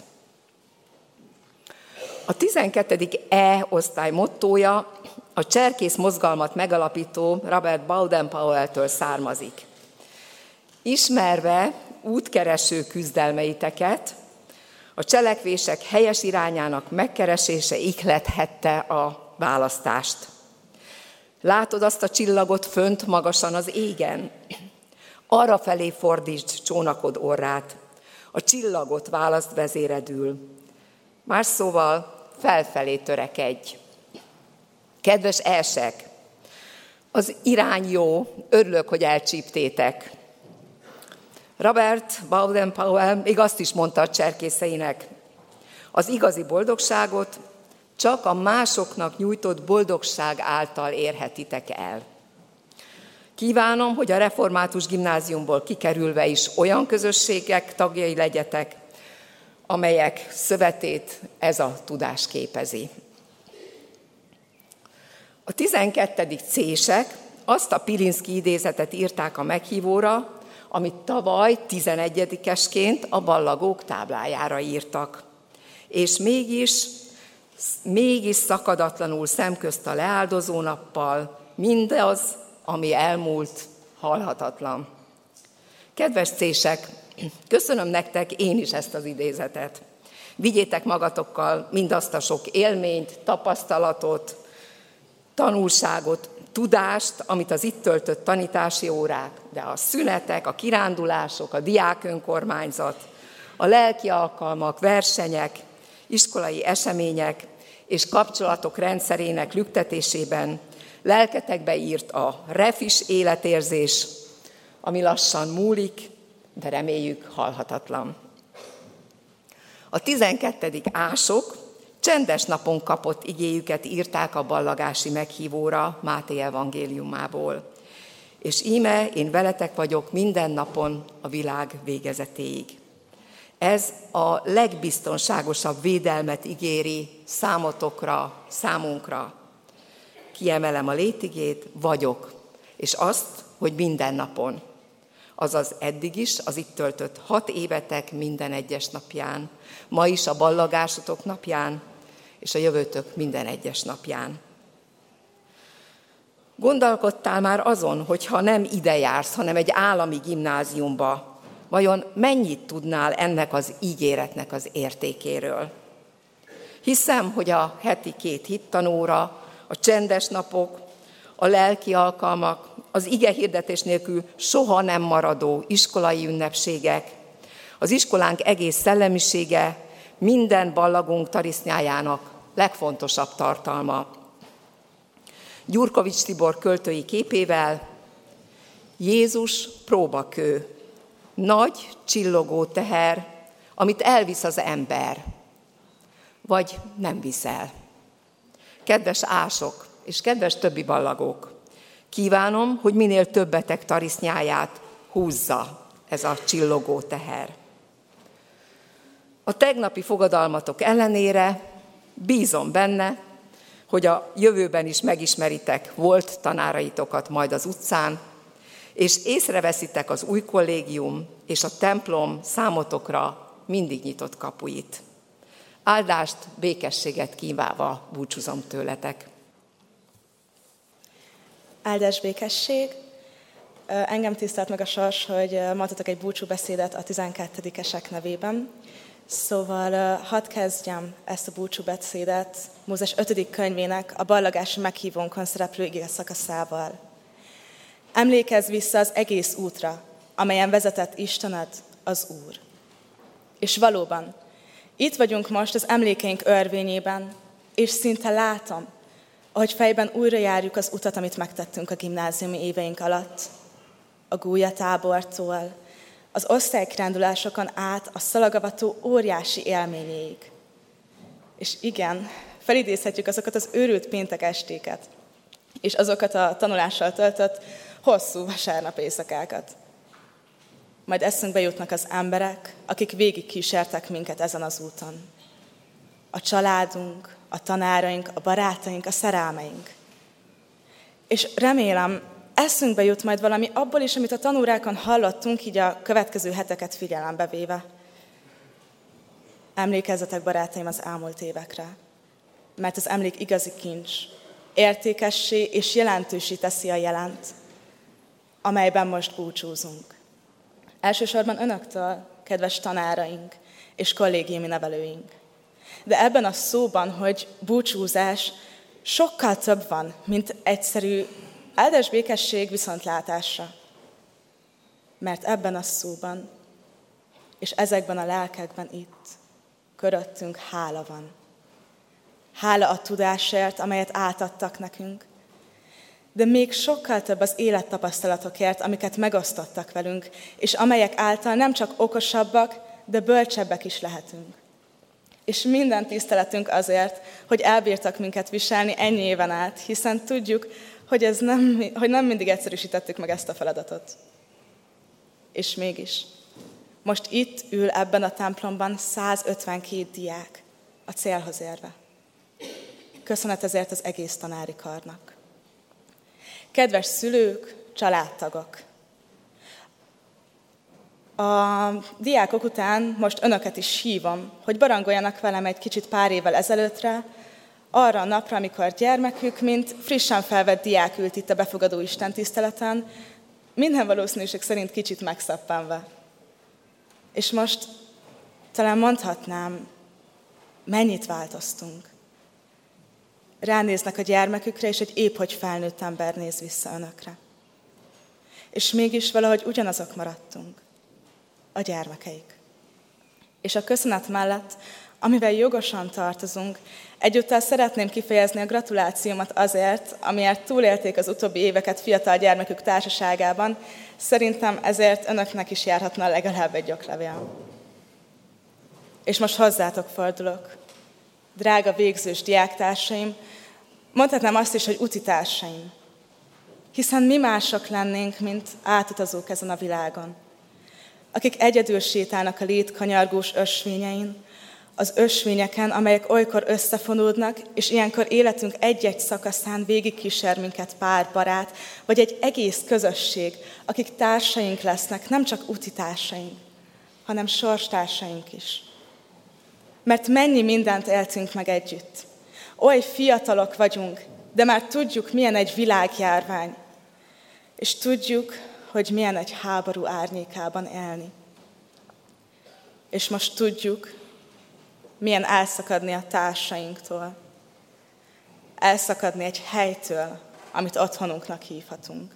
A 12. E osztály mottója a cserkész mozgalmat megalapító Robert Baden-Powelltől származik. Ismerve útkereső küzdelmeiteket, a cselekvések helyes irányának megkeresése ihlethette a választást. Látod azt a csillagot fönt magasan az égen? Arra felé fordítsd csónakod orrát, a csillagot választ vezéredül. Más szóval felfelé törekedj. Kedves elsek, az irány jó, örülök, hogy elcsíptétek. Robert Baden-Powell még azt is mondta a cserkészeinek, az igazi boldogságot csak a másoknak nyújtott boldogság által érhetitek el. Kívánom, hogy a református gimnáziumból kikerülve is olyan közösségek tagjai legyetek, amelyek szövetét ez a tudás képezi. A 12. C-sek azt a Pilinszky idézetet írták a meghívóra, amit tavaly 11-esként a ballagók táblájára írtak. És mégis szakadatlanul szemközt a leáldozó nappal mindaz, ami elmúlt, halhatatlan. Kedves C-sek, köszönöm nektek én is ezt az idézetet. Vigyétek magatokkal mindazt a sok élményt, tapasztalatot, tanulságot, tudást, amit az itt töltött tanítási órák, de a szünetek, a kirándulások, a diákönkormányzat, a lelki alkalmak, versenyek, iskolai események és kapcsolatok rendszerének lüktetésében lelketekbe írt a refis életérzés, ami lassan múlik, de reméljük halhatatlan. A 12. ások csendes napon kapott igéjüket írták a ballagási meghívóra Máté evangéliumából. És íme én veletek vagyok minden napon a világ végezetéig. Ez a legbiztonságosabb védelmet ígéri számotokra, számunkra. Kiemelem a létigét, vagyok, és azt, hogy minden napon. Azaz eddig is, az itt töltött 6 évetek minden egyes napján, ma is a ballagásotok napján, és a jövőtök minden egyes napján. Gondolkodtál már azon, hogy ha nem ide jársz, hanem egy állami gimnáziumba, vajon mennyit tudnál ennek az ígéretnek az értékéről? Hiszem, hogy a heti 2 hittanóra, a csendes napok, a lelki alkalmak, az igehirdetés nélkül soha nem maradó iskolai ünnepségek, az iskolánk egész szellemisége minden ballagunk tarisznyájának legfontosabb tartalma. Gyurkovics Tibor költői képével Jézus próbakő, nagy csillogó teher, amit elvisz az ember, vagy nem visz el. Kedves ások és kedves többi ballagók, kívánom, hogy minél többetek tarisznyáját húzza ez a csillogó teher. A tegnapi fogadalmatok ellenére bízom benne, hogy a jövőben is megismeritek volt tanáraitokat majd az utcán, és észreveszitek az új kollégium és a templom számotokra mindig nyitott kapuit. Áldást, békességet kívánva búcsúzom tőletek. Áldás, békesség! Engem tisztelt meg a sors, hogy mondhatok egy búcsúbeszédet a 12-esek nevében. Szóval hadd kezdjem ezt a búcsúbeszédet Mózes 5. könyvének a ballagási meghívónkon szereplő ige szakaszával. Emlékezz vissza az egész útra, amelyen vezetett Istened, az Úr. És valóban, itt vagyunk most az emlékeink örvényében, és szinte látom, ahogy fejben újra járjuk az utat, amit megtettünk a gimnáziumi éveink alatt. A gólyatábortól, az osztálykirándulásokon át a szalagavató óriási élményéig. És igen, felidézhetjük azokat az őrült péntek estéket, és azokat a tanulással töltött hosszú vasárnap éjszakákat. Majd eszünkbe jutnak az emberek, akik végig kísértek minket ezen az úton. A családunk, a tanáraink, a barátaink, a szerelmeink. És remélem, eszünkbe jut majd valami abból is, amit a tanórákon hallottunk, így a következő heteket figyelembe véve. Emlékezzetek, barátaim, az elmúlt évekre, mert az emlék igazi kincs, értékessé és jelentősé teszi a jelent, amelyben most búcsúzunk. Elsősorban önöktől, kedves tanáraink és kollégiumi nevelőink. De ebben a szóban, hogy búcsúzás, sokkal több van, mint egyszerű áldás, békesség viszontlátásra. Mert ebben a szóban, és ezekben a lelkekben itt, köröttünk hála van. Hála a tudásért, amelyet átadtak nekünk, de még sokkal több az élettapasztalatokért, amiket megosztottak velünk, és amelyek által nem csak okosabbak, de bölcsebbek is lehetünk. És minden tiszteletünk azért, hogy elbírtak minket viselni ennyi éven át, hiszen tudjuk, hogy nem mindig egyszerűsítettük meg ezt a feladatot. És mégis, most itt ül ebben a templomban 152 diák a célhoz érve. Köszönet ezért az egész tanári karnak. Kedves szülők, családtagok! A diákok után most önöket is hívom, hogy barangoljanak velem egy kicsit pár évvel ezelőttre, arra a napra, amikor gyermekük, mint frissen felvett diák ült itt a befogadó istentiszteleten, minden valószínűség szerint kicsit megszappanva. És most talán mondhatnám, mennyit változtunk. Ránéznek a gyermekükre, és egy épp hogy felnőtt ember néz vissza önökre. És mégis valahogy ugyanazok maradtunk, a gyermekeik. És a köszönet mellett, amivel jogosan tartozunk, egyúttal szeretném kifejezni a gratulációmat azért, amiért túlélték az utóbbi éveket fiatal gyermekük társaságában, szerintem ezért önöknek is járhatna legalább egy oklevél. És most hozzátok fordulok. Drága végzős diáktársaim, mondhatnám azt is, hogy utitársaim. Hiszen mi mások lennénk, mint átutazók ezen a világon. Akik egyedül sétálnak a lét kanyargós ösvényein, az ösvényeken, amelyek olykor összefonódnak, és ilyenkor életünk egy-egy szakaszán végigkísér minket pár barát, vagy egy egész közösség, akik társaink lesznek, nem csak utitársaink, hanem sorstársaink is. Mert mennyi mindent éltünk meg együtt. Oly fiatalok vagyunk, de már tudjuk, milyen egy világjárvány. És tudjuk, hogy milyen egy háború árnyékában élni. És most tudjuk, milyen elszakadni a társainktól. Elszakadni egy helytől, amit otthonunknak hívhatunk.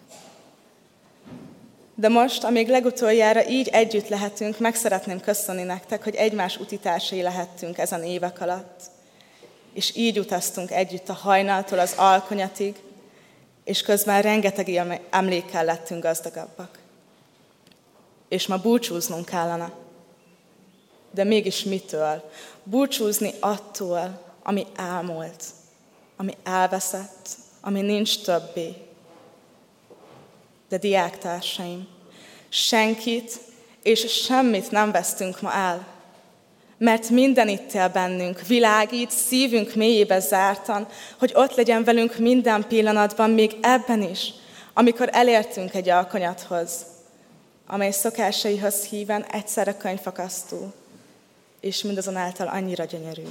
De most, amíg legutoljára így együtt lehetünk, meg szeretném köszönni nektek, hogy egymás utitársai lehettünk ezen évek alatt. És így utaztunk együtt a hajnaltól az alkonyatig, és közben rengeteg emlékkel lettünk gazdagabbak. És ma búcsúznunk kellene. De mégis mitől? Búcsúzni attól, ami elmúlt, ami elveszett, ami nincs többé. De diáktársaim, senkit és semmit nem vesztünk ma el, mert minden itt él bennünk, világít, szívünk mélyébe zártan, hogy ott legyen velünk minden pillanatban, még ebben is, amikor elértünk egy alkonyathoz, amely szokásaihoz híven egyszerre könyvfakasztó, és mindazonáltal annyira gyönyörű.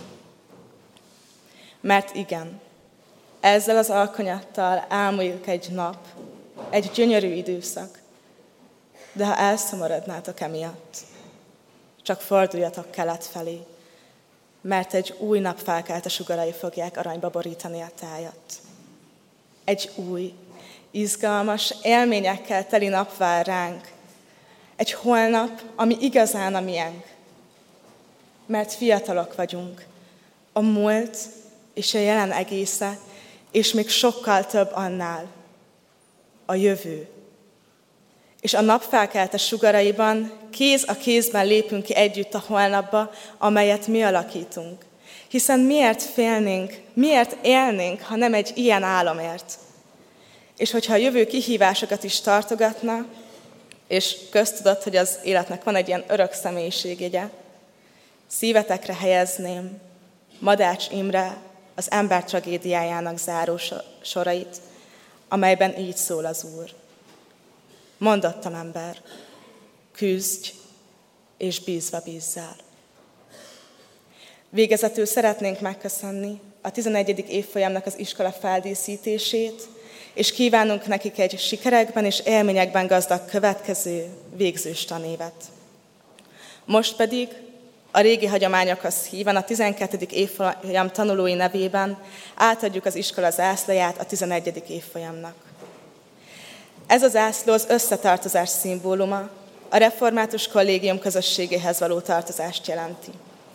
Mert igen, ezzel az alkonyattal elmúlik egy nap, egy gyönyörű időszak, de ha elszomorodnátok emiatt, csak forduljatok kelet felé, mert egy új nap felkelte sugarai fogják aranyba borítani a tájat. Egy új, izgalmas, élményekkel teli nap vár ránk. Egy holnap, ami igazán a miénk. Mert fiatalok vagyunk. A múlt és a jelen egésze, és még sokkal több annál. A jövő. És a nap felkelte sugaraiban kéz a kézben lépünk ki együtt a holnapba, amelyet mi alakítunk. Hiszen miért félnénk, miért élnénk, ha nem egy ilyen álomért? És hogyha a jövő kihívásokat is tartogatna, és köztudott, hogy az életnek van egy ilyen örök személyiségjegye, szívetekre helyezném Madács Imre az ember tragédiájának záró sorait, amelyben így szól az Úr. Mondottam, ember, küzdj, és bízva bízzál. Végezetül szeretnénk megköszönni a 11. évfolyamnak az iskola feldíszítését, és kívánunk nekik egy sikerekben és élményekben gazdag következő végzős tanévet. Most pedig a régi hagyományokhoz híven a 12. évfolyam tanulói nevében átadjuk az iskola zászlaját a 11. évfolyamnak. Ez a zászló az összetartozás szimbóluma, a református kollégium közösségéhez való tartozást jelenti.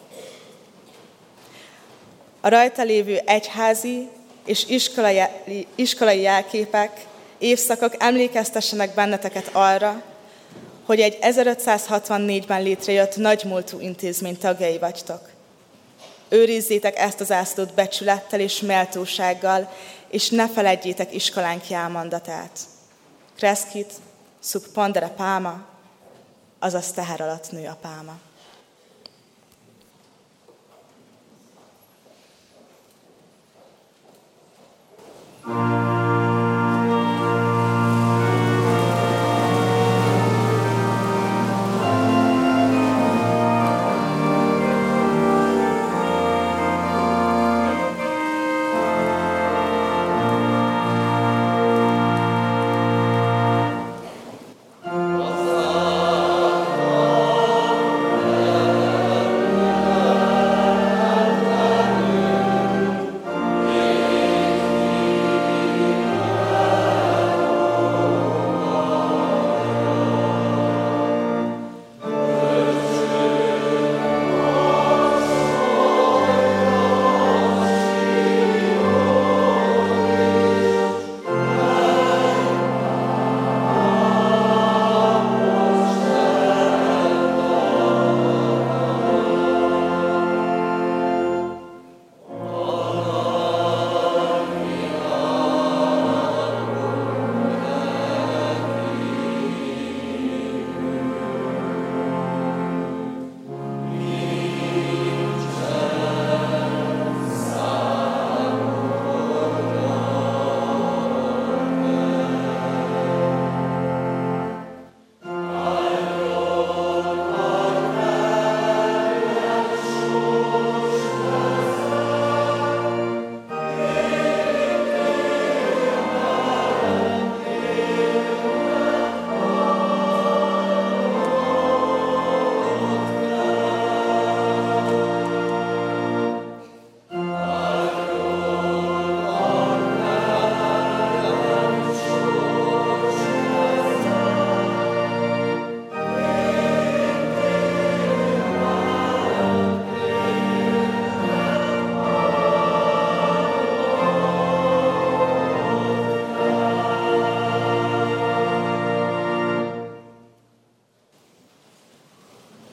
A rajta lévő egyházi és iskolai jelképek, évszakok emlékeztessenek benneteket arra, hogy egy 1564-ben létrejött nagymúltú intézmény tagjai vagytok. Őrizzétek ezt a zászlót becsülettel és méltósággal, és ne feledjétek iskolánk jelmondatát. Crescit sub pondere palma, azaz teher alatt nő a pálma.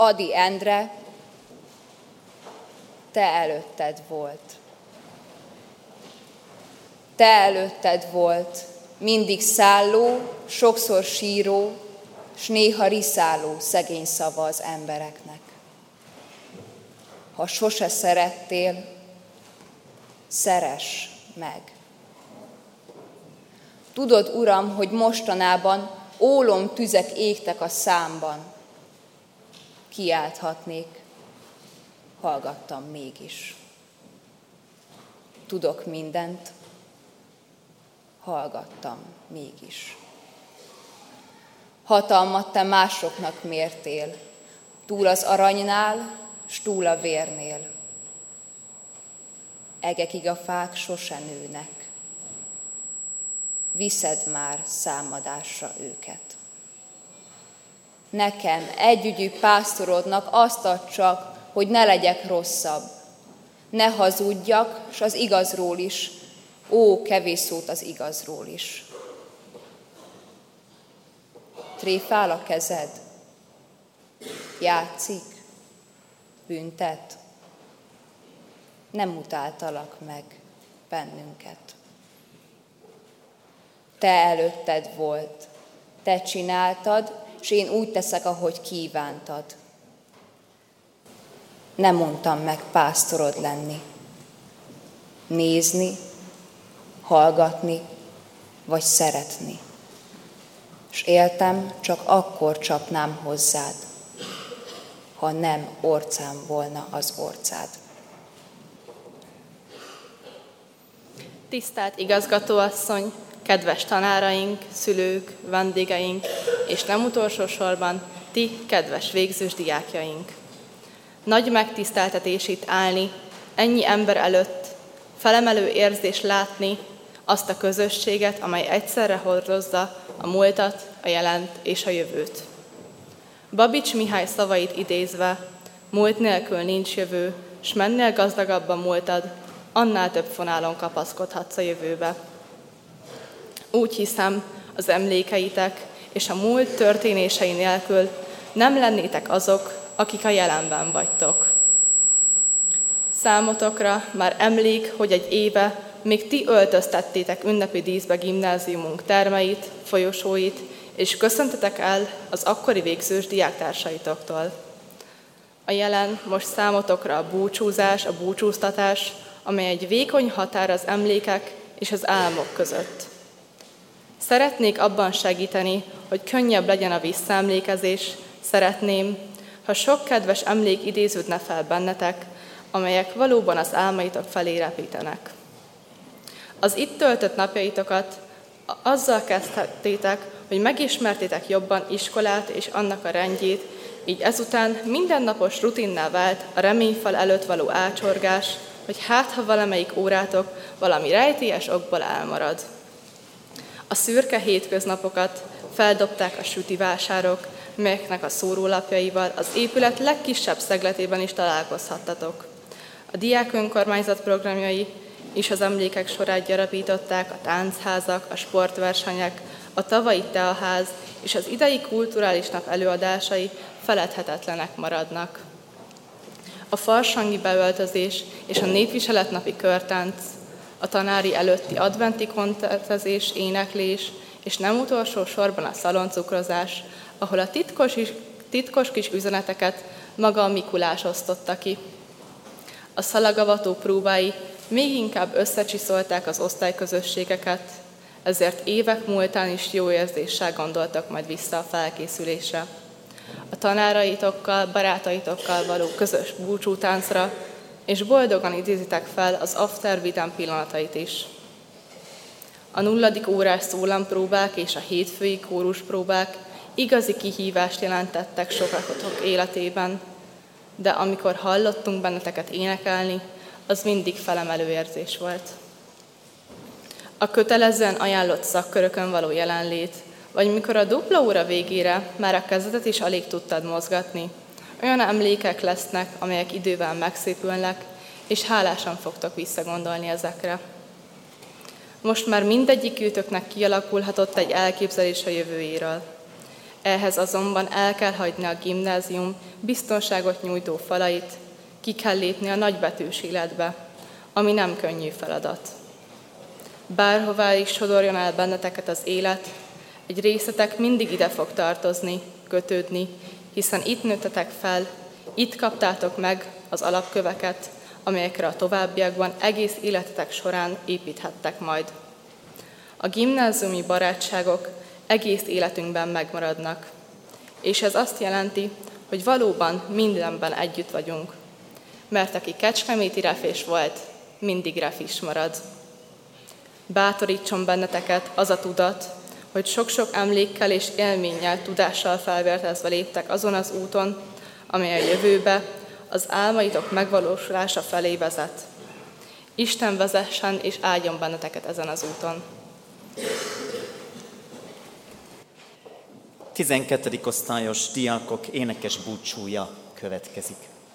Hadi Endre, te előtted volt. Te előtted volt, mindig szálló, sokszor síró, s néha riszáló szegény szava az embereknek. Ha sose szerettél, szeress meg. Tudod, Uram, hogy mostanában ólomtüzek égtek a számban. Kiálthatnék, hallgattam mégis. Tudok mindent, hallgattam mégis. Hatalmat te másoknak mértél, túl az aranynál, s túl a vérnél. Egekig a fák sose nőnek, viszed már számadásra őket. Nekem, együgyű pásztorodnak azt add csak, hogy ne legyek rosszabb, ne hazudjak, s az igazról is, ó, kevés szót az igazról is. Tréfál a kezed? Játszik? Büntet? Nem utáltalak meg bennünket. Te előtted volt, te csináltad, s én úgy teszek, ahogy kívántad. Nem mondtam meg pásztorod lenni, nézni, hallgatni, vagy szeretni. S éltem, csak akkor csapnám hozzád, ha nem orcám volna az orcád. Tisztelt igazgatóasszony, kedves tanáraink, szülők, vendégeink, és nem utolsó sorban ti, kedves végzős diákjaink. Nagy megtiszteltetés itt állni, ennyi ember előtt, felemelő érzés látni azt a közösséget, amely egyszerre hordozza a múltat, a jelent és a jövőt. Babics Mihály szavait idézve, múlt nélkül nincs jövő, s mennél gazdagabb a múltad, annál több fonálon kapaszkodhatsz a jövőbe. Úgy hiszem, az emlékeitek és a múlt történései nélkül nem lennétek azok, akik a jelenben vagytok. Számotokra már emlék, hogy egy éve még ti öltöztettétek ünnepi díszbe gimnáziumunk termeit, folyosóit, és köszöntetek el az akkori végzős diáktársaitoktól. A jelen most számotokra a búcsúzás, a búcsúztatás, amely egy vékony határ az emlékek és az álmok között. Szeretnék abban segíteni, hogy könnyebb legyen a visszaemlékezés, szeretném, ha sok kedves emlék idéződne fel bennetek, amelyek valóban az álmaitok felé repítenek. Az itt töltött napjaitokat azzal kezdhettétek, hogy megismertétek jobban iskolát és annak a rendjét, így ezután mindennapos rutinná vált a reményfal előtt való ácsorgás, hogy hát ha valamelyik órátok valami rejtélyes okból elmarad. A szürke hétköznapokat feldobták a sütivásárok, melyeknek a szórólapjaival az épület legkisebb szegletében is találkozhattatok. A diák önkormányzat programjai is az emlékek sorát gyarapították, a táncházak, a sportversenyek, a tavalyi teaház és az idei kulturális nap előadásai feledhetetlenek maradnak. A farsangi beöltözés és a népviseletnapi körtánc, a tanári előtti adventi koncertezés, éneklés, és nem utolsó sorban a szaloncukrozás, ahol a titkos kis üzeneteket maga a Mikulás osztotta ki. A szalagavató próbái még inkább összecsiszolták az osztályközösségeket, ezért évek múltán is jó érzéssel gondoltak majd vissza a felkészülésre. A tanáraitokkal, barátaitokkal való közös búcsútáncra, és boldogan idézitek fel az after vidám pillanatait is. A 0. órás szólampróbák és a hétfői kóruspróbák igazi kihívást jelentettek sokatok életében, de amikor hallottunk benneteket énekelni, az mindig felemelő érzés volt. A kötelezően ajánlott szakkörökön való jelenlét, vagy mikor a dupla óra végére már a kezedet is alig tudtad mozgatni, olyan emlékek lesznek, amelyek idővel megszépülnek, és hálásan fogtok visszagondolni ezekre. Most már mindegyikőtöknek kialakulhatott egy elképzelés a jövőjéről. Ehhez azonban el kell hagyni a gimnázium biztonságot nyújtó falait, ki kell lépni a nagybetűs életbe, ami nem könnyű feladat. Bárhová is sodorjon el benneteket az élet, egy részletek mindig ide fog tartozni, kötődni, hiszen itt nőttetek fel, itt kaptátok meg az alapköveket, amelyekre a továbbiakban egész életetek során építhettek majd. A gimnáziumi barátságok egész életünkben megmaradnak, és ez azt jelenti, hogy valóban mindenben együtt vagyunk, mert aki kecskeméti refés volt, mindig refis marad. Bátorítson benneteket az a tudat, hogy sok-sok emlékkel és élménnyel, tudással felvértezve léptek azon az úton, amely a jövőbe, az álmaitok megvalósulása felé vezet. Isten vezessen és áldjon benneteket ezen az úton. 12. osztályos diákok énekes búcsúja következik.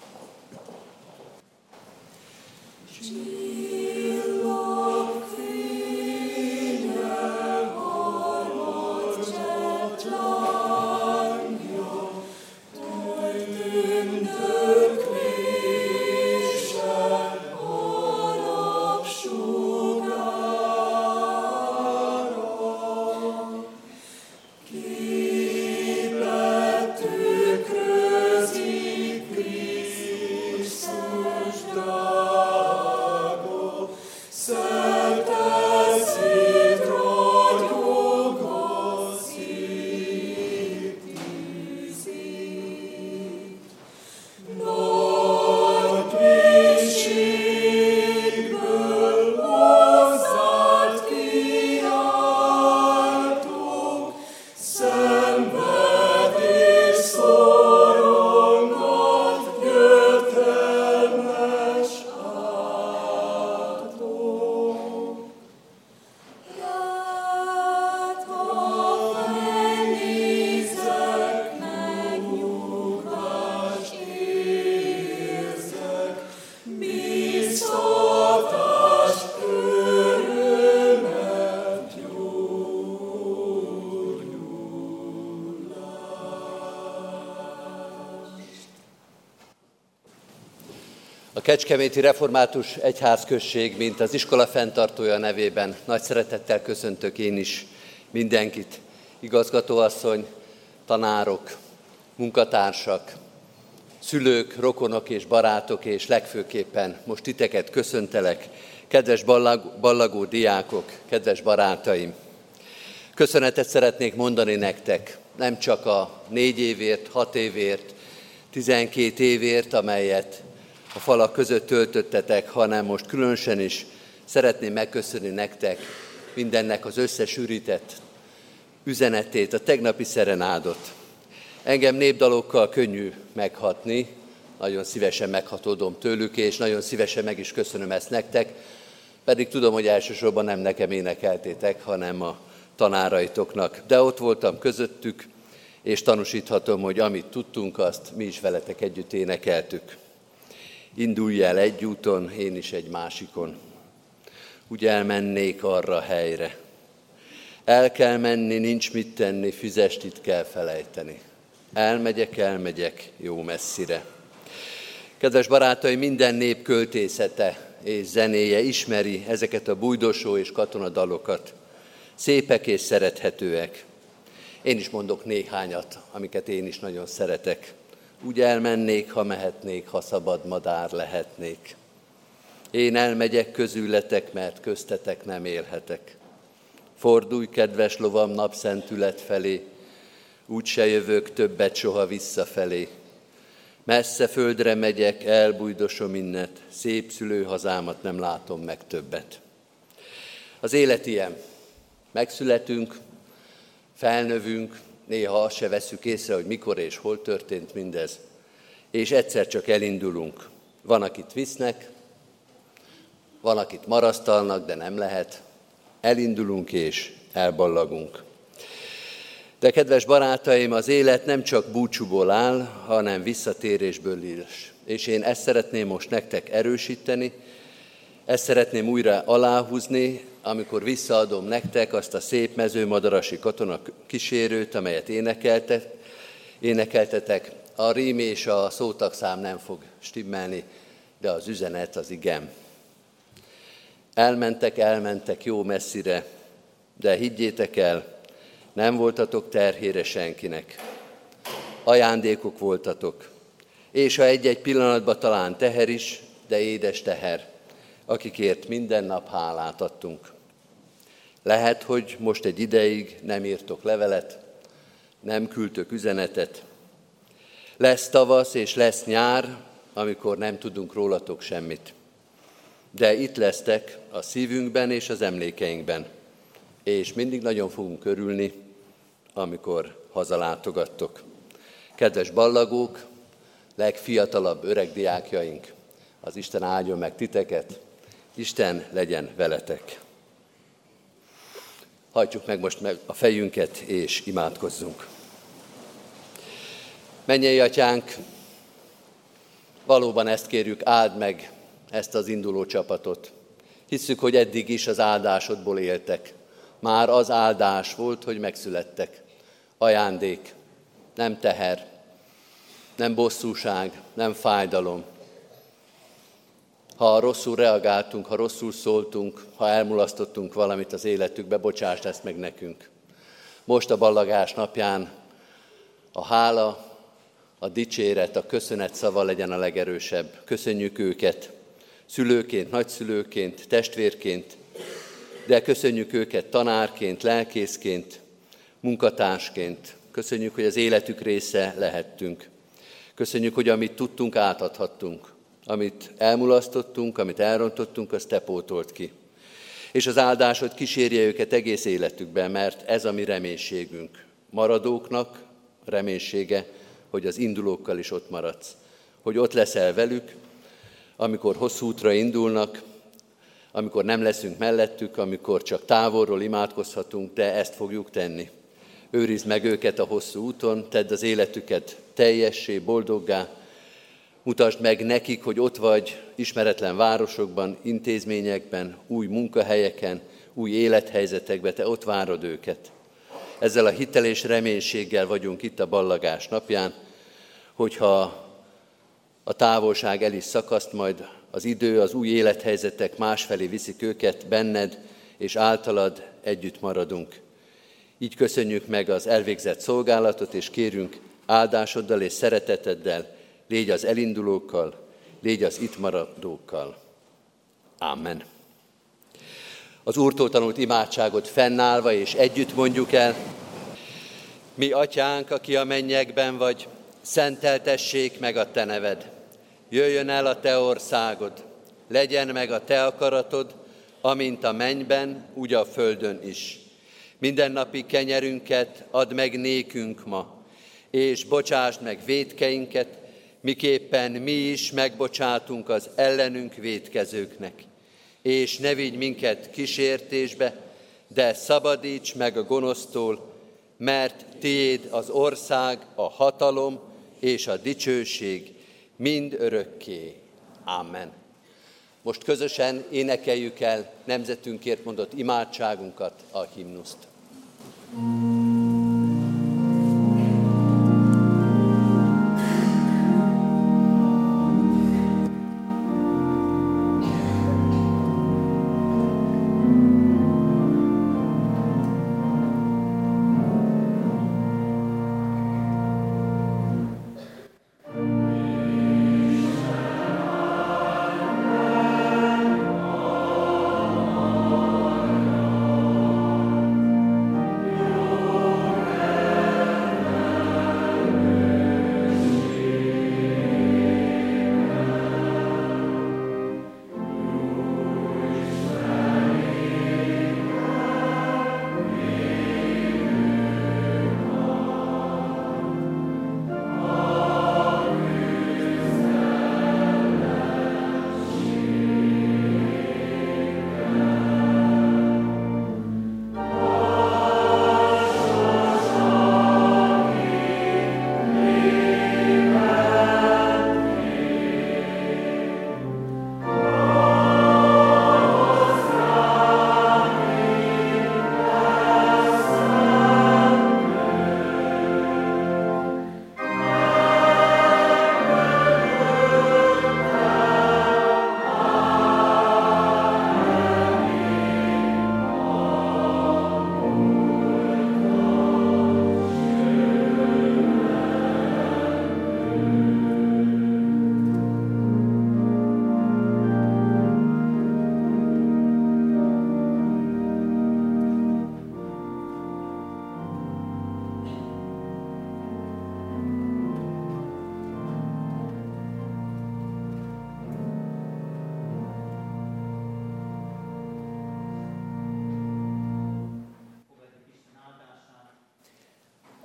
A Kecskeméti Református Egyházközség, mint az iskola fenntartója nevében nagy szeretettel köszöntök én is mindenkit, igazgatóasszony, tanárok, munkatársak, szülők, rokonok és barátok, és legfőképpen most titeket köszöntelek, kedves ballagó diákok, kedves barátaim. Köszönetet szeretnék mondani nektek, nem csak a 4 évért, 6 évért, 12 évért, amelyet a falak között töltöttetek, hanem most különösen is szeretném megköszönni nektek mindennek az összesűrített üzenetét, a tegnapi szerenádot. Engem népdalokkal könnyű meghatni, nagyon szívesen meghatódom tőlük, és nagyon szívesen meg is köszönöm ezt nektek, pedig tudom, hogy elsősorban nem nekem énekeltétek, hanem a tanáraitoknak. De ott voltam közöttük, és tanúsíthatom, hogy amit tudtunk, azt mi is veletek együtt énekeltük. Indulj el egy úton, én is egy másikon. Úgy elmennék arra a helyre. El kell menni, nincs mit tenni, füzest itt kell felejteni. Elmegyek, jó messzire. Kedves barátaim, minden nép költészete és zenéje ismeri ezeket a bújdosó és katonadalokat. Szépek és szerethetőek. Én is mondok néhányat, amiket én is nagyon szeretek. Úgy elmennék, ha mehetnék, ha szabad madár lehetnék. Én elmegyek közületek, mert köztetek nem élhetek. Fordulj, kedves lovam, napszentület felé, úgyse jövök többet soha visszafelé. Messze földre megyek, elbújdosom innet, szép szülőhazámat nem látom meg többet. Az élet ilyen. Megszületünk, felnövünk, néha azt se vesszük észre, hogy mikor és hol történt mindez, és egyszer csak elindulunk. Van, akit visznek, van, akit marasztalnak, de nem lehet. Elindulunk és elballagunk. De kedves barátaim, az élet nem csak búcsúból áll, hanem visszatérésből is. És én ezt szeretném most nektek erősíteni, Ezt szeretném újra aláhúzni, amikor visszaadom nektek azt a szép mezőmadarasi katona kísérőt, amelyet énekeltetek. A rím és a szótagszám nem fog stimmelni, de az üzenet az igen. Elmentek jó messzire, de higgyétek el, nem voltatok terhére senkinek. Ajándékok voltatok, és ha egy-egy pillanatban talán teher is, de édes teher, akikért minden nap hálát adtunk. Lehet, hogy most egy ideig nem írtok levelet, nem küldtök üzenetet. Lesz tavasz és lesz nyár, amikor nem tudunk rólatok semmit. De itt lesztek a szívünkben és az emlékeinkben, és mindig nagyon fogunk örülni, amikor hazalátogattok. Kedves ballagók, legfiatalabb öregdiákjaink, az Isten áldjon meg titeket, Isten legyen veletek. Hajtsuk meg most meg a fejünket, és imádkozzunk. Mennyei Atyánk, valóban ezt kérjük, áld meg ezt az induló csapatot. Hisszük, hogy eddig is az áldásodból éltek. Már az áldás volt, hogy megszülettek. Ajándék, nem teher, nem bosszúság, nem fájdalom. Ha rosszul reagáltunk, ha rosszul szóltunk, ha elmulasztottunk valamit az életükbe, bocsásd ezt meg nekünk. Most a ballagás napján a hála, a dicséret, a köszönet szava legyen a legerősebb. Köszönjük őket szülőként, nagyszülőként, testvérként, de köszönjük őket tanárként, lelkészként, munkatársként. Köszönjük, hogy az életük része lehettünk. Köszönjük, hogy amit tudtunk, átadhattunk. Amit elmulasztottunk, amit elrontottunk, azt te pótolt ki. És az áldásod kísérje őket egész életükben, mert ez a mi reménységünk. Maradóknak reménysége, hogy az indulókkal is ott maradsz. Hogy ott leszel velük, amikor hosszú útra indulnak, amikor nem leszünk mellettük, amikor csak távolról imádkozhatunk, de ezt fogjuk tenni. Őrizd meg őket a hosszú úton, tedd az életüket teljessé, boldoggá, mutasd meg nekik, hogy ott vagy ismeretlen városokban, intézményekben, új munkahelyeken, új élethelyzetekben, te ott várod őket. Ezzel a hittel és reménységgel vagyunk itt a ballagás napján, hogyha a távolság el is szakaszt, majd az idő, az új élethelyzetek másfelé viszik őket, benned és általad együtt maradunk. Így köszönjük meg az elvégzett szolgálatot, és kérünk áldásoddal és szereteteddel, légy az elindulókkal, légy az itt maradókkal. Amen. Az Úrtól tanult imádságot fennállva és együtt mondjuk el. Mi atyánk, aki a mennyekben vagy, szenteltessék meg a te neved. Jöjjön el a te országod, legyen meg a te akaratod, amint a mennyben, úgy a földön is. Mindennapi kenyerünket add meg nékünk ma, és bocsásd meg vétkeinket, miképpen mi is megbocsátunk az ellenünk vétkezőknek. És ne vigy minket kísértésbe, de szabadíts meg a gonosztól, mert tiéd az ország, a hatalom és a dicsőség mind örökké. Amen. Most közösen énekeljük el nemzetünkért mondott imádságunkat, a himnuszt. Oh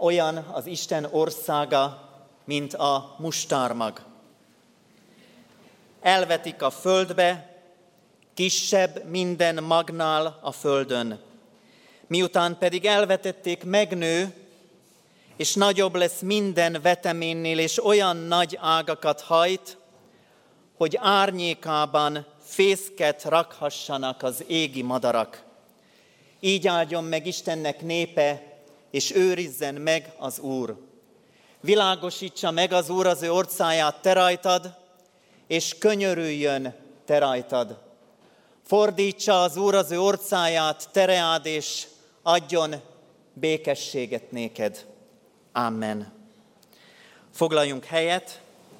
olyan az Isten országa, mint a mustármag. Elvetik a földbe, kisebb minden magnál a földön. Miután pedig elvetették, megnő, és nagyobb lesz minden veteménynél, és olyan nagy ágakat hajt, hogy árnyékában fészket rakhassanak az égi madarak. Így áldjon meg Istennek népe, és őrizzen meg az Úr. Világosítsa meg az Úr az ő orcáját te rajtad, és könyörüljön te rajtad. Fordítsa az Úr az ő orcáját te reád, és adjon békességet néked. Amen. Foglaljunk helyet.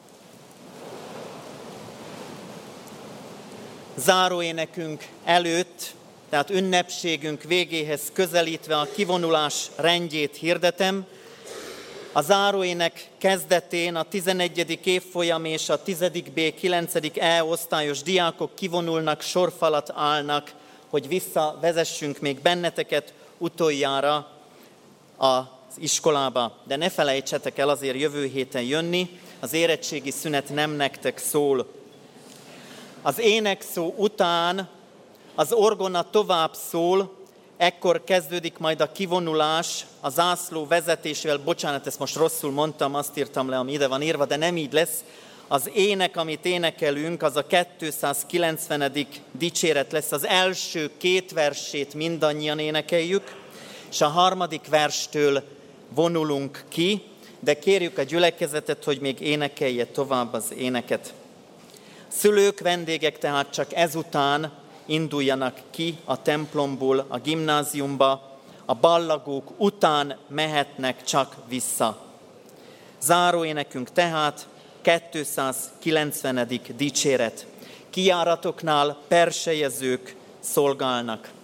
Záróénekünk előtt, tehát ünnepségünk végéhez közelítve a kivonulás rendjét hirdetem. A záróének kezdetén a 11. évfolyam és a 10. B. 9. E osztályos diákok kivonulnak, sorfalat állnak, hogy visszavezessünk még benneteket utoljára az iskolába. De ne felejtsetek el azért jövő héten jönni, az érettségi szünet nem nektek szól. Az énekszó után az orgona tovább szól, ekkor kezdődik majd a kivonulás, a zászló vezetésével, bocsánat, ezt most rosszul mondtam, azt írtam le, ami ide van írva, de nem így lesz. Az ének, amit énekelünk, az a 290. dicséret lesz, az első 2 versét mindannyian énekeljük, és a 3. verstől vonulunk ki, de kérjük a gyülekezetet, hogy még énekelje tovább az éneket. Szülők, vendégek tehát csak ezután induljanak ki a templomból a gimnáziumba, a ballagók után mehetnek csak vissza. Záróénekünk tehát 290. dicséret. Kijáratoknál persejezők szolgálnak.